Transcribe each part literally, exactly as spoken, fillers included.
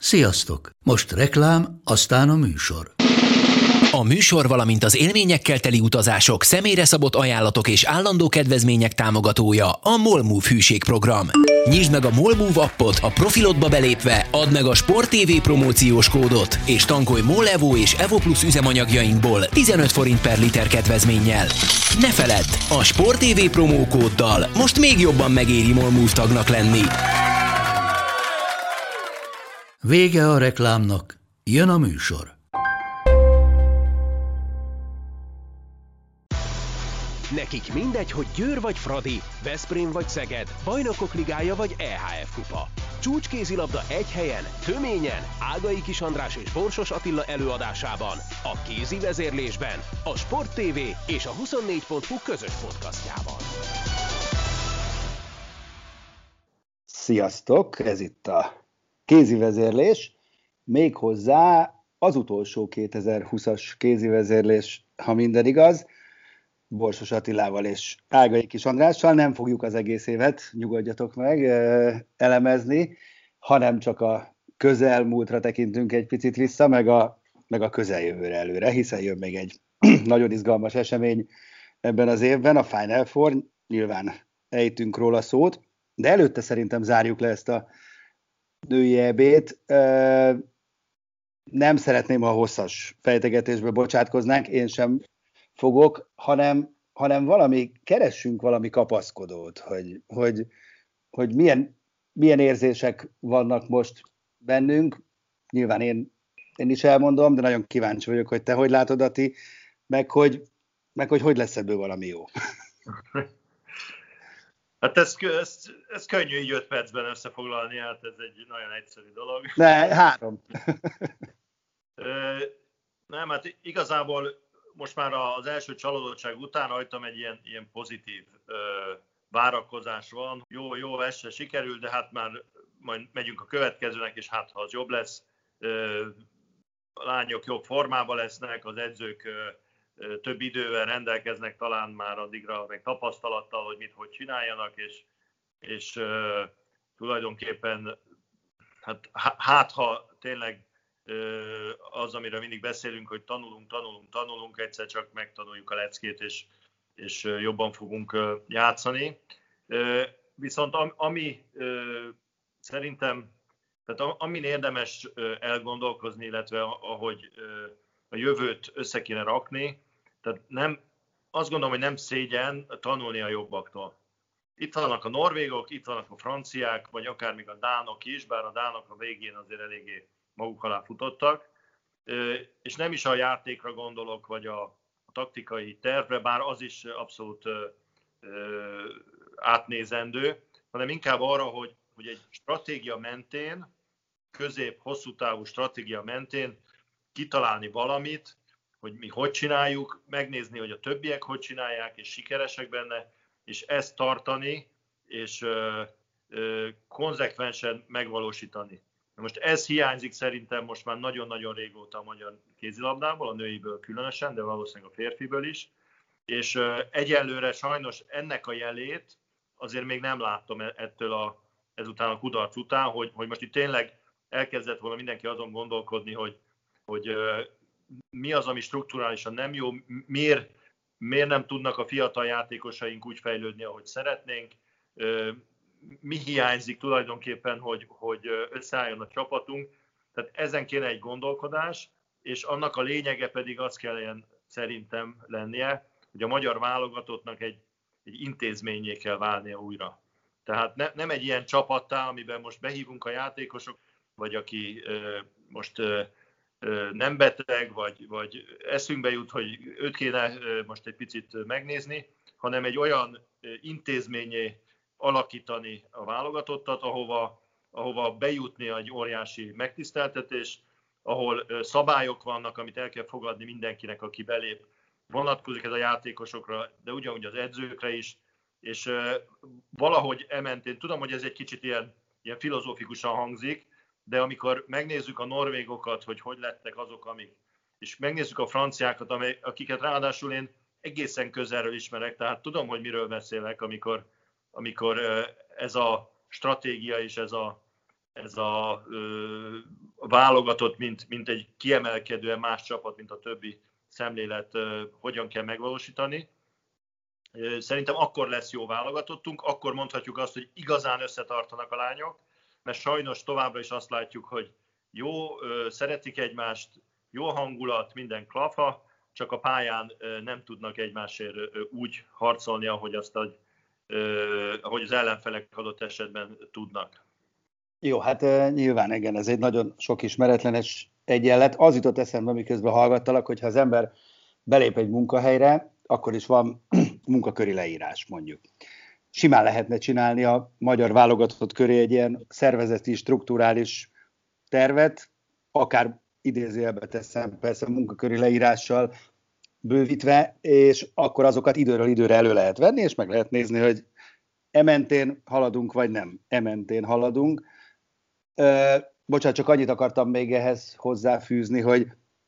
Sziasztok! Most reklám, aztán a műsor. A műsor, valamint az élményekkel teli utazások, személyre szabott ajánlatok és állandó kedvezmények támogatója a MOLMOVE hűségprogram. Nyisd meg a MOLMOVE appot, a profilodba belépve add meg a Sport té vé promóciós kódot, és tankolj MOL Evo és Evo Plus üzemanyagjainkból tizenöt forint per liter kedvezménnyel. Ne feledd, a Sport té vé promókóddal most még jobban megéri MOLMOVE tagnak lenni. Vége a reklámnak, jön a műsor. Nekik mindegy, hogy Győr vagy Fradi, Veszprém vagy Szeged, Bajnokok Ligája vagy é há ef kupa. Csúcskézilabda egy helyen, töményen, Ágai Kis András és Borsos Attila előadásában, a kézi vezérlésben, a Sport té vé és a huszonnégy pont hu közös podcastjában. Sziasztok! Ez itt a kézi vezérlés, méghozzá az utolsó kétezer-húszas kézi vezérlés, ha minden igaz. Borsos Attilával és Ágai Kis Andrással nem fogjuk az egész évet, nyugodjatok meg, elemezni, hanem csak a közelmúltra tekintünk egy picit vissza, meg a, meg a közeljövőre előre, hiszen jön még egy nagyon izgalmas esemény ebben az évben, a Final Four, nyilván ejtünk róla szót, de előtte szerintem zárjuk le ezt a női é bét. Nem szeretném, ha hosszas fejtegetésbe bocsátkoznánk, én sem fogok, hanem, hanem valami, keressünk valami kapaszkodót, hogy, hogy, hogy milyen, milyen érzések vannak most bennünk. Nyilván én, én is elmondom, de nagyon kíváncsi vagyok, hogy te hogy látod, Ati, meg hogy, meg hogy, hogy lesz ebből valami jó. Hát ez, ez, ez könnyű így öt percben összefoglalni, hát ez egy nagyon egyszerű dolog. Ne, három. Nem, hát igazából most már az első csalódottság után rajtam egy ilyen, ilyen pozitív ö, várakozás van. Jó, jó, ez se sikerül, de hát már majd megyünk a következőnek, és hát ha az jobb lesz, ö, a lányok jobb formában lesznek, az edzők ö, ö, több idővel rendelkeznek, talán már addigra meg tapasztalattal, hogy mit, hogy csináljanak, és, és ö, tulajdonképpen hát, hát ha tényleg az, amiről mindig beszélünk, hogy tanulunk, tanulunk, tanulunk, egyszer csak megtanuljuk a leckét, és, és jobban fogunk játszani. Viszont ami szerintem, tehát amin érdemes elgondolkozni, illetve ahogy a jövőt össze kéne rakni, tehát nem, azt gondolom, hogy nem szégyen tanulni a jobbaktól. Itt vannak a norvégok, itt vannak a franciák, vagy akár még a dánok is, bár a dánok a végén azért eléggé maguk alá futottak, és nem is a játékra gondolok, vagy a taktikai tervre, bár az is abszolút átnézendő, hanem inkább arra, hogy, hogy egy stratégia mentén, közép-hosszú távú stratégia mentén kitalálni valamit, hogy mi hogy csináljuk, megnézni, hogy a többiek hogy csinálják, és sikeresek benne, és ezt tartani, és konzekvensen megvalósítani. Most ez hiányzik szerintem most már nagyon-nagyon régóta a magyar kézilabdából, a nőiből különösen, de valószínűleg a férfiből is. És egyelőre sajnos ennek a jelét azért még nem láttam ettől a, ezután a kudarc után, hogy, hogy most itt tényleg elkezdett volna mindenki azon gondolkodni, hogy, hogy mi az, ami strukturálisan nem jó, miért, miért nem tudnak a fiatal játékosaink úgy fejlődni, ahogy szeretnénk, mi hiányzik tulajdonképpen, hogy, hogy összeálljon a csapatunk. Tehát ezen kéne egy gondolkodás, és annak a lényege pedig az kelljen szerintem lennie, hogy a magyar válogatottnak egy, egy intézményé kell válnia újra. Tehát ne, nem egy ilyen csapattá, amiben most behívunk a játékosok, vagy aki ö, most ö, ö, nem beteg, vagy, vagy eszünkbe jut, hogy őt kéne ö, most egy picit megnézni, hanem egy olyan ö, intézményé alakítani a válogatottat, ahova, ahova bejutni egy óriási megtiszteltetés, ahol szabályok vannak, amit el kell fogadni mindenkinek, aki belép. Vonatkozik ez a játékosokra, de ugyanúgy az edzőkre is, és valahogy ementén, tudom, hogy ez egy kicsit ilyen, ilyen filozófikusan hangzik, de amikor megnézzük a norvégokat, hogy hogy lettek azok, amik, és megnézzük a franciákat, amely, akiket ráadásul én egészen közelről ismerek, tehát tudom, hogy miről beszélek, amikor amikor ez a stratégia és ez a, ez a válogatott, mint, mint egy kiemelkedően más csapat, mint a többi szemlélet, hogyan kell megvalósítani. Szerintem akkor lesz jó válogatottunk, akkor mondhatjuk azt, hogy igazán összetartanak a lányok, mert sajnos továbbra is azt látjuk, hogy jó, szeretik egymást, jó hangulat, minden klafa, csak a pályán nem tudnak egymásért úgy harcolni, ahogy, azt, ahogy az ellenfelek adott esetben tudnak. Jó, hát nyilván igen, ez egy nagyon sok ismeretlenes egyenlet. Az jutott eszembe, miközben hallgattalak, hogyha az ember belép egy munkahelyre, akkor is van munkaköri leírás, mondjuk. Simán lehetne csinálni a magyar válogatott köré egy ilyen szervezeti, strukturális tervet, akár idézőjelbe teszem, persze munkaköri leírással bővítve, és akkor azokat időről időre elő lehet venni, és meg lehet nézni, hogy ementén haladunk, vagy nem ementén haladunk. Ö, bocsánat, csak annyit akartam még ehhez hozzáfűzni, hogy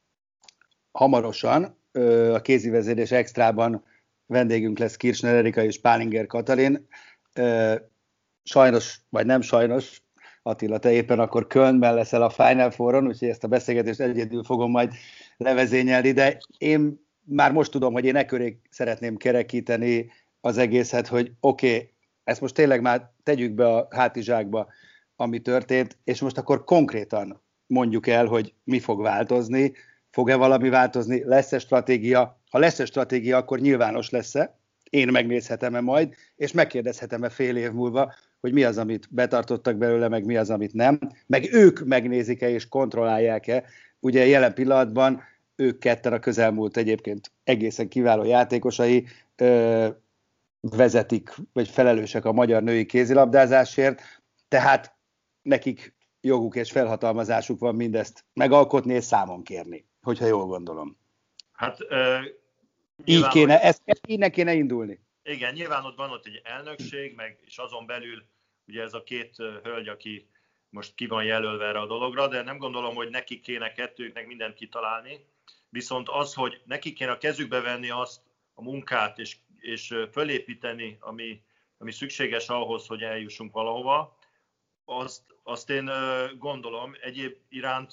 hamarosan ö, a kézivezérés extrában vendégünk lesz Kirchner Erika és Pálinger Katalin. Ö, sajnos, vagy nem sajnos, Attila, te éppen akkor Kölnben leszel a Final Fouron, úgyhogy ezt a beszélgetést egyedül fogom majd levezényelni, de én már most tudom, hogy én e köré szeretném kerekíteni az egészet, hogy oké, okay, ezt most tényleg már tegyük be a hátizsákba, ami történt, és most akkor konkrétan mondjuk el, hogy mi fog változni, fog-e valami változni, lesz-e stratégia, ha lesz-e stratégia, akkor nyilvános lesz-e, én megnézhetem-e majd, és megkérdezhetem-e fél év múlva, hogy mi az, amit betartottak belőle, meg mi az, amit nem, meg ők megnézik-e és kontrollálják-e. Ugye jelen pillanatban ők ketten a közelmúlt egyébként egészen kiváló játékosai ö, vezetik, vagy felelősek a magyar női kézilabdázásért, tehát nekik joguk és felhatalmazásuk van mindezt megalkotni és számon kérni, hogyha jól gondolom. Hát ö, így kéne, ezt, innen kéne indulni. Igen, nyilván ott van ott egy elnökség, meg és azon belül ugye ez a két hölgy, aki most ki van jelölve erre a dologra, de nem gondolom, hogy nekik kéne kettőknek mindent kitalálni. Viszont az, hogy nekik kéne a kezükbe venni azt a munkát, és, és fölépíteni, ami, ami szükséges ahhoz, hogy eljussunk valahova, azt, azt én gondolom. Egyéb iránt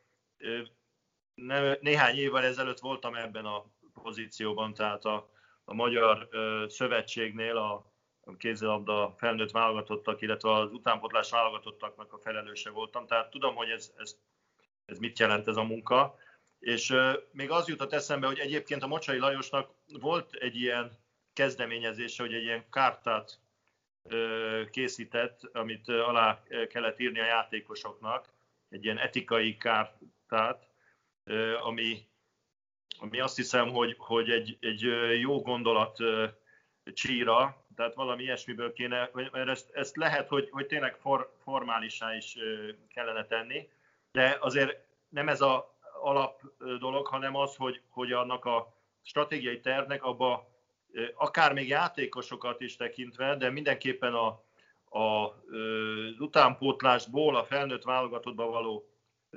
néhány évvel ezelőtt voltam ebben a pozícióban, tehát a, a Magyar Szövetségnél a kézilabda felnőtt válogatottak, illetve az utánpótlás válogatottaknak a felelőse voltam, tehát tudom, hogy ez, ez, ez mit jelent ez a munka. És uh, még az jutott eszembe, hogy egyébként a Mocsai Lajosnak volt egy ilyen kezdeményezése, hogy egy ilyen kártát uh, készített, amit uh, alá kellett írni a játékosoknak, egy ilyen etikai kártát, uh, ami, ami azt hiszem, hogy, hogy egy, egy jó gondolat uh, csíra, tehát valami ilyesmiből kéne, mert ezt, ezt lehet, hogy, hogy tényleg for, formálisá is uh, kellene tenni, de azért nem ez a alap dolog, hanem az, hogy, hogy annak a stratégiai tervnek abba akár még játékosokat is tekintve, de mindenképpen a, a, az utánpótlásból a felnőtt válogatottba való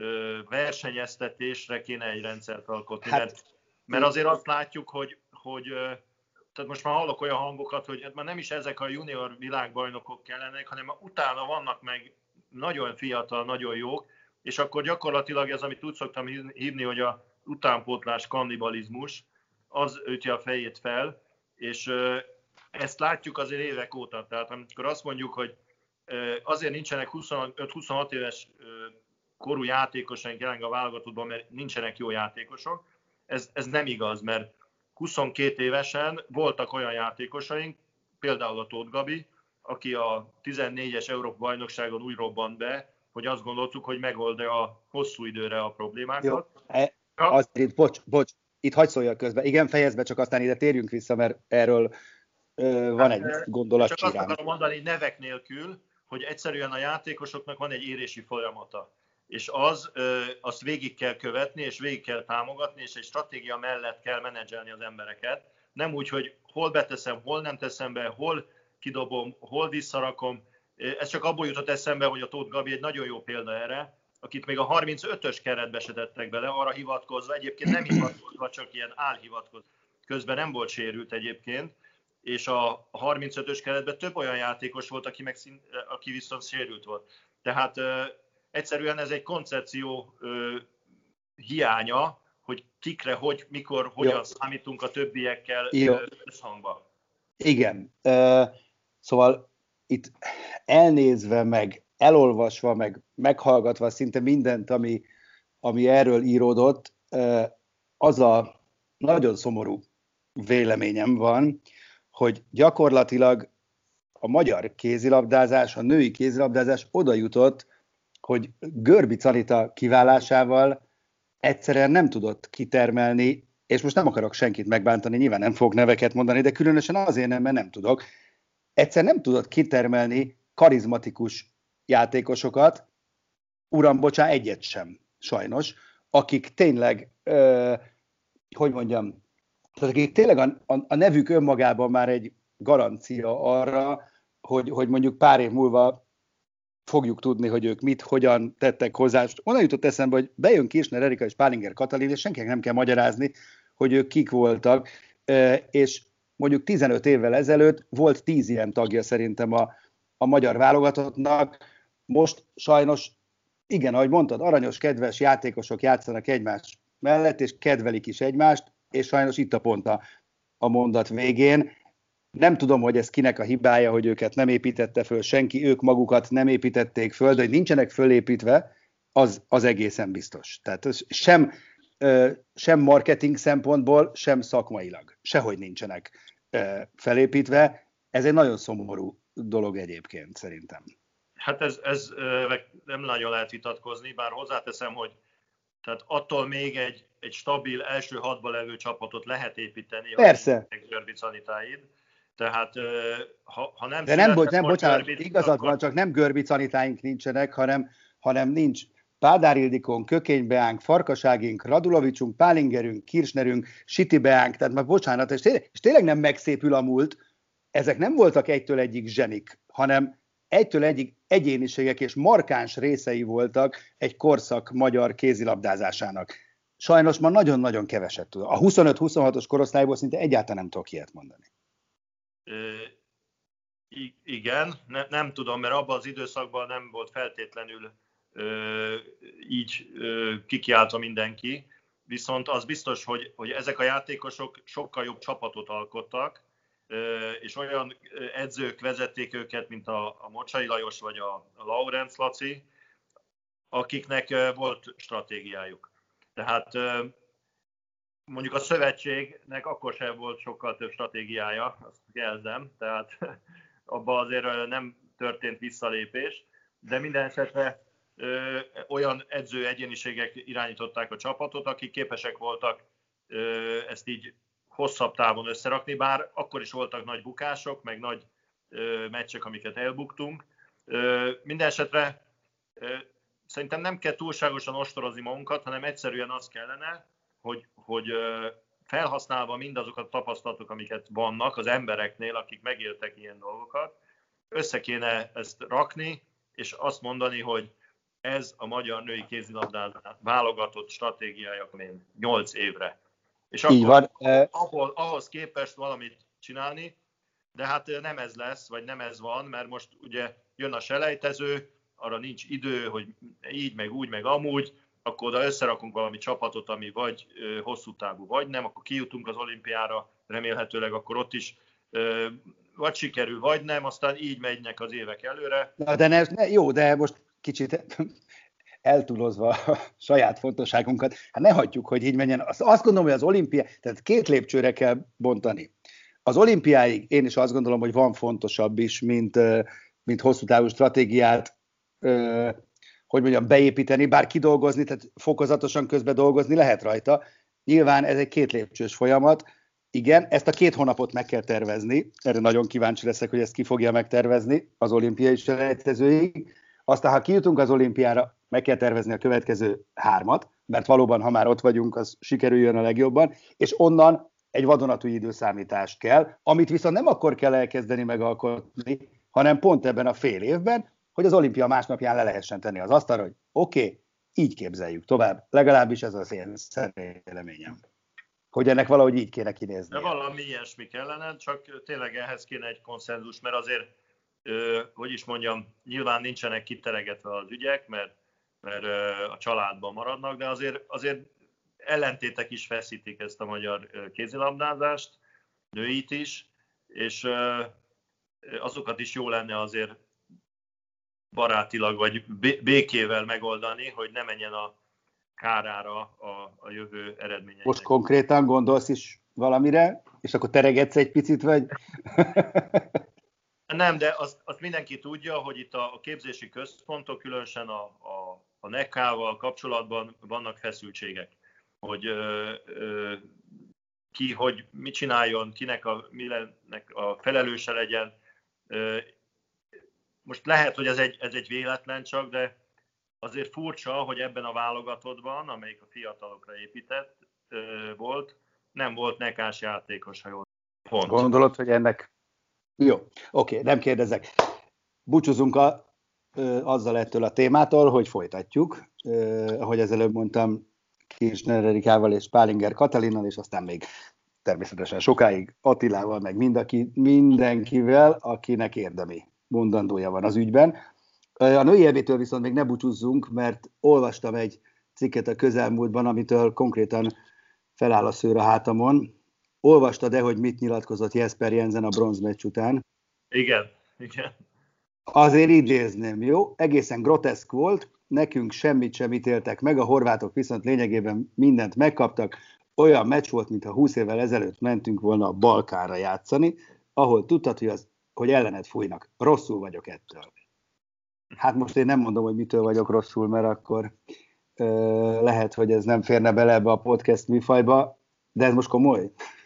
versenyeztetésre kéne egy rendszert alkotni. Hát, mert, mert azért azt látjuk, hogy, hogy tehát most már hallok olyan hangokat, hogy már nem is ezek a junior világbajnokok kellenek, hanem utána vannak meg nagyon fiatal, nagyon jók, és akkor gyakorlatilag ez, amit úgy szoktam hívni, hogy a utánpótlás kannibalizmus, az üti a fejét fel, és ezt látjuk azért évek óta. Tehát amikor azt mondjuk, hogy azért nincsenek huszonöt-huszonhat éves korú játékosaink jelenleg a válogatottban, mert nincsenek jó játékosok, ez, ez nem igaz, mert huszonkét évesen voltak olyan játékosaink, például a Tóth Gabi, aki a tizennégyes Európa-bajnokságon úgy robbant be, hogy azt gondoltuk, hogy megoldja a hosszú időre a problémákat. Jó, az, itt, bocs, bocs, itt hagyj szóljak közben. Igen, fejezd be, csak aztán ide térjünk vissza, mert erről ö, van hát, egy gondolatcsirám. Csak azt akarom mondani nevek nélkül, hogy egyszerűen a játékosoknak van egy érési folyamata. És az, ö, azt végig kell követni, és végig kell támogatni, és egy stratégia mellett kell menedzselni az embereket. Nem úgy, hogy hol beteszem, hol nem teszem be, hol kidobom, hol visszarakom. Ez csak abból jutott eszembe, hogy a Tóth Gabi egy nagyon jó példa erre, akit még a harmincötös keretbe se tettek bele, arra hivatkozva, egyébként nem hivatkozva, csak ilyen álhivatkozva. Közben nem volt sérült egyébként, és a harmincötös keretben több olyan játékos volt, aki, meg szín, aki viszont sérült volt. Tehát egyszerűen ez egy koncepció ö, hiánya, hogy kikre, hogy, mikor, hogyan Jó. számítunk a többiekkel Jó. összhangba. Igen. Uh, szóval itt elnézve, meg elolvasva, meg meghallgatva szinte mindent, ami, ami erről íródott, uh, az a nagyon szomorú véleményem van, hogy gyakorlatilag a magyar kézilabdázás, a női kézilabdázás oda jutott, hogy Görbic Anita kiválásával egyszerűen nem tudott kitermelni, és most nem akarok senkit megbántani, nyilván nem fogok neveket mondani, de különösen azért nem, mert nem tudok. Egyszer nem tudott kitermelni karizmatikus játékosokat, uram, bocsán, egyet sem, sajnos, akik tényleg, ö, hogy mondjam, tehát akik tényleg a, a, a nevük önmagában már egy garancia arra, hogy, hogy mondjuk pár év múlva fogjuk tudni, hogy ők mit, hogyan tettek hozzá. Onnan jutott eszembe, hogy bejön Kirchner Erika és Pálinger Katalin, és senkinek nem kell magyarázni, hogy ők kik voltak, és mondjuk tizenöt évvel ezelőtt volt tíz ilyen tagja szerintem a, a magyar válogatottnak. Most sajnos, igen, ahogy mondtad, aranyos, kedves játékosok játszanak egymás mellett, és kedvelik is egymást, és sajnos itt a pont a, a mondat végén. Nem tudom, hogy ez kinek a hibája, hogy őket nem építette föl senki, ők magukat nem építették föl, de hogy nincsenek fölépítve, az, az egészen biztos. Tehát ez sem, sem marketing szempontból, sem szakmailag. Sehogy nincsenek felépítve. Ez egy nagyon szomorú dolog egyébként, szerintem. Hát ez, ez nem nagyon lehet vitatkozni, bár hozzáteszem, hogy tehát attól még egy, egy stabil első hatba levő csapatot lehet építeni. Persze. Görbic Anitáid. Tehát, ha, ha nem... De nem, bo- nem bocsánat, Görbic, igazad akkor... van, csak nem Görbic Anitáink nincsenek, hanem, hanem nincs Pádár Ildikónk, Kökény Beánk, Farkaságink, Radulovicsunk, Pálingerünk, Kirchnerünk, Siti Beánk, tehát már bocsánat, és tényleg, és tényleg nem megszépül a múlt, ezek nem voltak egytől egyig zsenik, hanem egytől egyig egyéniségek és markáns részei voltak egy korszak magyar kézilabdázásának. Sajnos ma nagyon-nagyon keveset tud. A huszonöt-huszonhatos korosztályból szinte egyáltalán nem tudok ilyet mondani. I- igen, ne, nem tudom, mert abban az időszakban nem volt feltétlenül ö, így ö, kikiáltva mindenki, viszont az biztos, hogy, hogy ezek a játékosok sokkal jobb csapatot alkottak, ö, és olyan edzők vezették őket, mint a, a Mocsai Lajos vagy a, a Laurenc Laci, akiknek ö, volt stratégiájuk. Tehát ö, mondjuk a szövetségnek akkor sem volt sokkal több stratégiája, azt jelzem, tehát abban azért nem történt visszalépés, de minden esetre ö, olyan edző egyéniségek irányították a csapatot, akik képesek voltak ö, ezt így hosszabb távon összerakni, bár akkor is voltak nagy bukások, meg nagy ö, meccsek, amiket elbuktunk. Ö, minden esetre ö, szerintem nem kell túlságosan ostorozni magunkat, hanem egyszerűen az kellene, hogy, hogy felhasználva mindazokat a tapasztalatok, amiket vannak az embereknél, akik megéltek ilyen dolgokat, össze kéne ezt rakni, és azt mondani, hogy ez a magyar női kézilabdázás válogatott stratégiája nyolc évre. És akkor van. ahol, ahhoz képest valamit csinálni, de hát nem ez lesz, vagy nem ez van, mert most ugye jön a selejtező, arra nincs idő, hogy így, meg úgy, meg amúgy, akkor oda összerakunk valami csapatot, ami vagy ö, hosszú távú, vagy nem, akkor kijutunk az olimpiára, remélhetőleg akkor ott is ö, vagy sikerül, vagy nem, aztán így megynek az évek előre. Na, de ne, ne, jó, de most kicsit eltúlozva a saját fontosságunkat, hát ne hagyjuk, hogy így menjen. Azt, azt gondolom, hogy az olimpia, tehát két lépcsőre kell bontani. Az olimpiáig én is azt gondolom, hogy van fontosabb is, mint, mint hosszú távú stratégiát, hogy mondjam, beépíteni, bár kidolgozni, tehát fokozatosan közben dolgozni lehet rajta. Nyilván ez egy két lépcsős folyamat. Igen, ezt a két hónapot meg kell tervezni. Erre nagyon kíváncsi leszek, hogy ezt ki fogja megtervezni az olimpiai selejtezőig. Aztán, ha kijutunk az olimpiára, meg kell tervezni a következő hármat, mert valóban, ha már ott vagyunk, az sikerüljön a legjobban, és onnan egy vadonatúj időszámítást kell, amit viszont nem akkor kell elkezdeni megalkotni, hanem pont ebben a fél évben, hogy az olimpia másnapján le lehessen tenni az asztalra, hogy oké, okay, így képzeljük tovább. Legalábbis ez az én véleményem. Hogy ennek valahogy így kéne kinézni. De valami ilyesmi kellene, csak tényleg ehhez kéne egy konszenzus, mert azért, ö, hogy is mondjam, nyilván nincsenek kiteregetve az ügyek, mert mert a családban maradnak, de azért, azért ellentétek is feszítik ezt a magyar kézilabdázást, nőit is, és azokat is jó lenne azért barátilag vagy békével megoldani, hogy ne menjen a kárára a, a jövő eredményeinek. Most konkrétan gondolsz is valamire, és akkor teregetsz egy picit, vagy? Nem, de azt, azt mindenki tudja, hogy itt a, a képzési központok, különösen a, a, a en e ká-val kapcsolatban vannak feszültségek. Hogy ö, ö, ki, hogy mit csináljon, kinek a, minek a felelőse legyen. Ö, most lehet, hogy ez egy, ez egy véletlen csak, de azért furcsa, hogy ebben a válogatottban, amelyik a fiatalokra épített ö, volt, nem volt nekás játékos, ha jól pont. Gondolod, hogy ennek... Jó, oké, nem kérdezek. Búcsúzunk a, ö, azzal ettől a témától, hogy folytatjuk. Ö, ahogy ezelőbb mondtam, Kirchner Erikával és Pálinger Katalinnal, és aztán még természetesen sokáig Attilával, meg mindaki, mindenkivel, akinek érdemi mondandója van az ügyben. A női é bé-től viszont még ne búcsúzzunk, mert olvastam egy cikket a közelmúltban, amitől konkrétan feláll a szőr a hátamon. Olvastad-e, hogy mit nyilatkozott Jesper Jensen a bronzmeccs után? Igen, igen. Azért idézném, jó? Egészen groteszk volt, nekünk semmit sem ítéltek meg, a horvátok viszont lényegében mindent megkaptak. Olyan meccs volt, mintha húsz évvel ezelőtt mentünk volna a Balkánra játszani, ahol tudtad, hogy, az, hogy ellened fújnak. Rosszul vagyok ettől. Hát most én nem mondom, hogy mitől vagyok rosszul, mert akkor ö, lehet, hogy ez nem férne bele ebbe a podcast műfajba, de ez most komoly.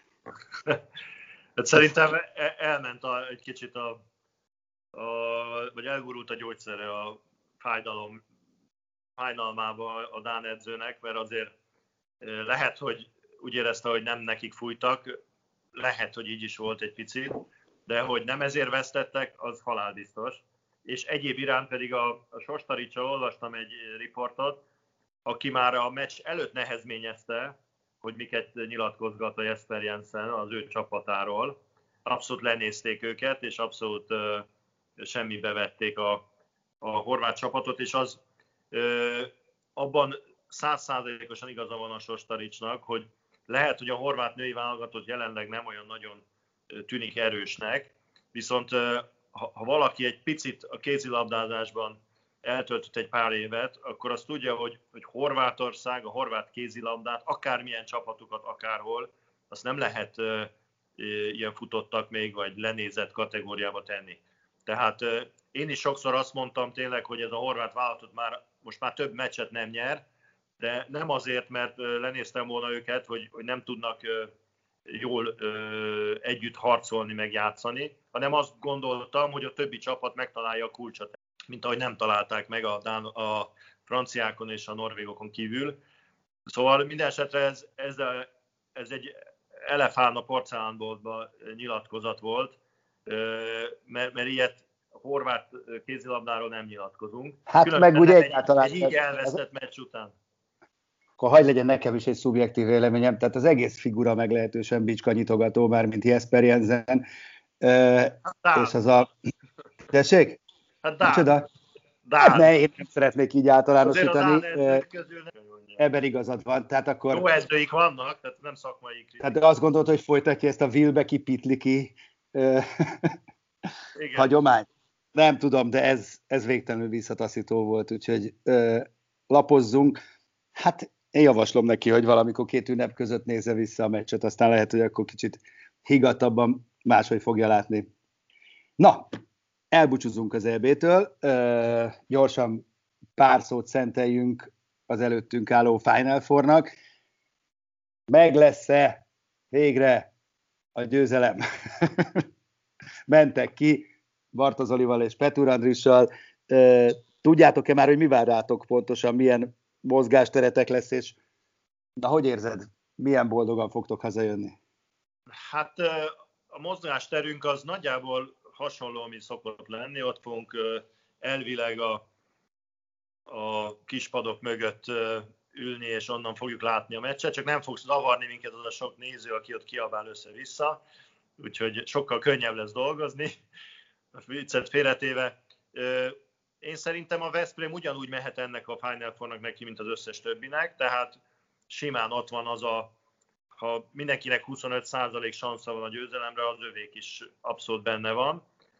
Hát szerintem elment a, egy kicsit a, a, vagy elgurult a gyógyszere a fájdalom, fájdalmába a dán edzőnek, mert azért lehet, hogy úgy érezte, hogy nem nekik fújtak, lehet, hogy így is volt egy picit, de hogy nem ezért vesztettek, az halálbiztos. És egyéb iránt pedig a, a Sostaricsal olvastam egy riportot, aki már a meccs előtt nehezményezte, hogy miket nyilatkozgat a Jesper Jensen az ő csapatáról. Abszolút lenézték őket, és abszolút uh, semmibe vették a, a horvát csapatot, és az uh, abban száz százalékosan igaza van a Sostaricsnak, hogy lehet, hogy a horvát női válogatott jelenleg nem olyan nagyon tűnik erősnek, viszont uh, ha, ha valaki egy picit a kézilabdázásban eltöltött egy pár évet, akkor azt tudja, hogy, hogy Horvátország, a horvát kézilabdát, akármilyen csapatukat, akárhol, azt nem lehet uh, ilyen futottak még, vagy lenézett kategóriába tenni. Tehát uh, én is sokszor azt mondtam tényleg, hogy ez a horvát vállalatot már most már több meccset nem nyer, de nem azért, mert uh, lenéztem volna őket, hogy, hogy nem tudnak uh, jól uh, együtt harcolni, meg játszani, hanem azt gondoltam, hogy a többi csapat megtalálja a kulcsot, mint ahogy nem találták meg a, Dán, a franciákon és a norvégokon kívül. Szóval minden esetre ez, ez, ez egy elefánt a porcelánboltban nyilatkozat volt, mert, mert ilyet horvát kézilabdáról nem nyilatkozunk. Hát különösen meg ugye egy, egyáltalán... Egy így elvesztett meccs után. Akkor hagyj legyen nekem is egy szubjektív véleményem, tehát az egész figura meglehetősen bicskanyitogató, már mint Jesper Jensen. Hát, és az a... Tessék? Hát Dán. Micsoda? Dán. Hát ne, én nem szeretnék így általánosítani. Közül nem... Ebben igazad van. Tehát akkor... Jó edzőik vannak, tehát nem szakmai kritika. Tehát azt gondolt, hogy folytatja ezt a Wilbeki Pitliki hagyományt? Nem tudom, de ez, ez végtelenül visszataszító volt, úgyhogy ö, lapozzunk. Hát én javaslom neki, hogy valamikor két ünnep között nézze vissza a meccset, aztán lehet, hogy akkor kicsit higgadtabban máshogy fogja látni. Na, elbúcsúzunk az é bé-től, ö, gyorsan pár szót szenteljünk az előttünk álló Final Four-nak. Meg lesz-e végre a győzelem? Mentek ki Barta Zolival és Petur Andrissal. Tudjátok-e már, hogy mi vár rátok pontosan, milyen mozgásteretek lesz, és na, hogy érzed, milyen boldogan fogtok hazajönni? Hát a mozgásterünk az nagyjából hasonló, ami szokott lenni. Ott fogunk elvileg a, a kispadok mögött ülni, és onnan fogjuk látni a meccset, csak nem fogsz zavarni minket az a sok néző, aki ott kiabál össze-vissza, úgyhogy sokkal könnyebb lesz dolgozni, a viccet félretéve. én szerintem a Veszprém ugyanúgy mehet ennek a Final Four-nak neki, mint az összes többinek, tehát simán ott van az a, ha mindenkinek huszonöt százalék sansza van a győzelemre, az övék is abszolút benne van.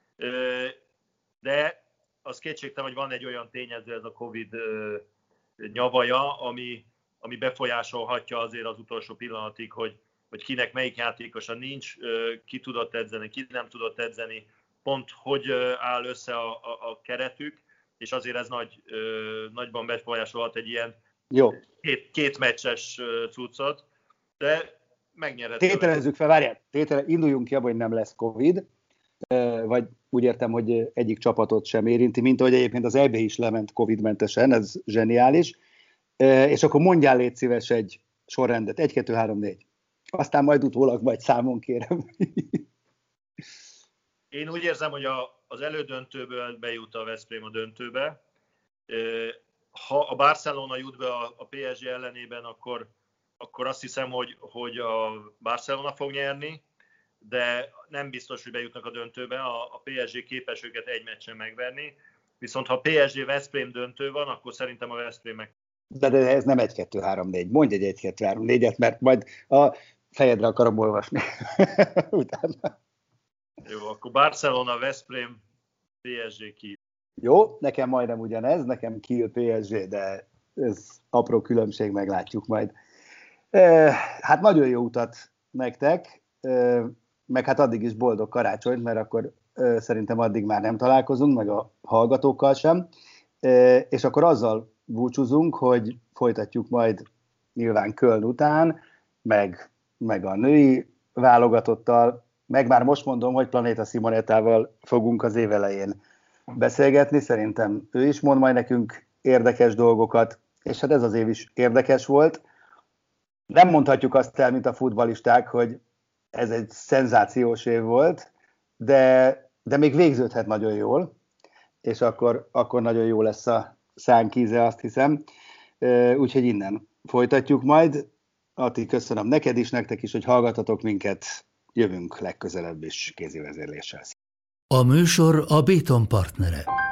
De az kétségtelen, hogy van egy olyan tényező, ez a Covid nyavaja, ami, ami befolyásolhatja azért az utolsó pillanatig, hogy, hogy kinek melyik játékosa nincs, ki tudott edzeni, ki nem tudott edzeni, pont hogy áll össze a, a, a keretük, és azért ez nagy, nagyban befolyásolhat egy ilyen Jó. Két, két meccses cuccot, de megnyerhető. Tételezzük fel, várjál, tétele, induljunk ki abban, hogy nem lesz Covid, vagy úgy értem, hogy egyik csapatot sem érinti, mint ahogy egyébként az é bé is lement Covid-mentesen, ez zseniális, és akkor mondjál, légy szíves, egy sorrendet, egy, kettő, három, négy. Aztán majd utólag majd számon kérem. Én úgy érzem, hogy a, az elődöntőből bejut a Veszprém a döntőbe. Ha a Barcelona jut be a, a pé es gé ellenében, akkor, akkor azt hiszem, hogy, hogy a Barcelona fog nyerni, de nem biztos, hogy bejutnak a döntőbe. A, a pé es gé képes őket egy meccsen megverni. Viszont ha pé es gé Veszprém döntő van, akkor szerintem a Veszprém meg... De, de ez nem egy, kettő, három, négy. Mondj egy egy, kettő, három, négyet, mert majd a fejedre akarom olvasni. Utána. Jó, akkor Barcelona, Veszprém, pé es gé Kiel. Jó, nekem majdnem ugyanez, nekem Kiel pé es gé, de ez apró különbség, meglátjuk majd. Hát nagyon jó utat nektek, meg hát addig is boldog karácsonyt, mert akkor szerintem addig már nem találkozunk, meg a hallgatókkal sem. És akkor azzal búcsúzunk, hogy folytatjuk majd nyilván Köln után, meg, meg a női válogatottal, meg már most mondom, hogy Planéta Simonettával fogunk az év elején beszélgetni, szerintem ő is mond majd nekünk érdekes dolgokat, és hát ez az év is érdekes volt. Nem mondhatjuk azt el, mint a futballisták, hogy ez egy szenzációs év volt, de, de még végződhet nagyon jól, és akkor, akkor nagyon jó lesz a szánkíze, azt hiszem. Úgyhogy innen folytatjuk majd. Ati, köszönöm neked is, nektek is, hogy hallgatatok minket. Jövünk legközelebb is kézivezérléssel. A műsor a Béton partnere.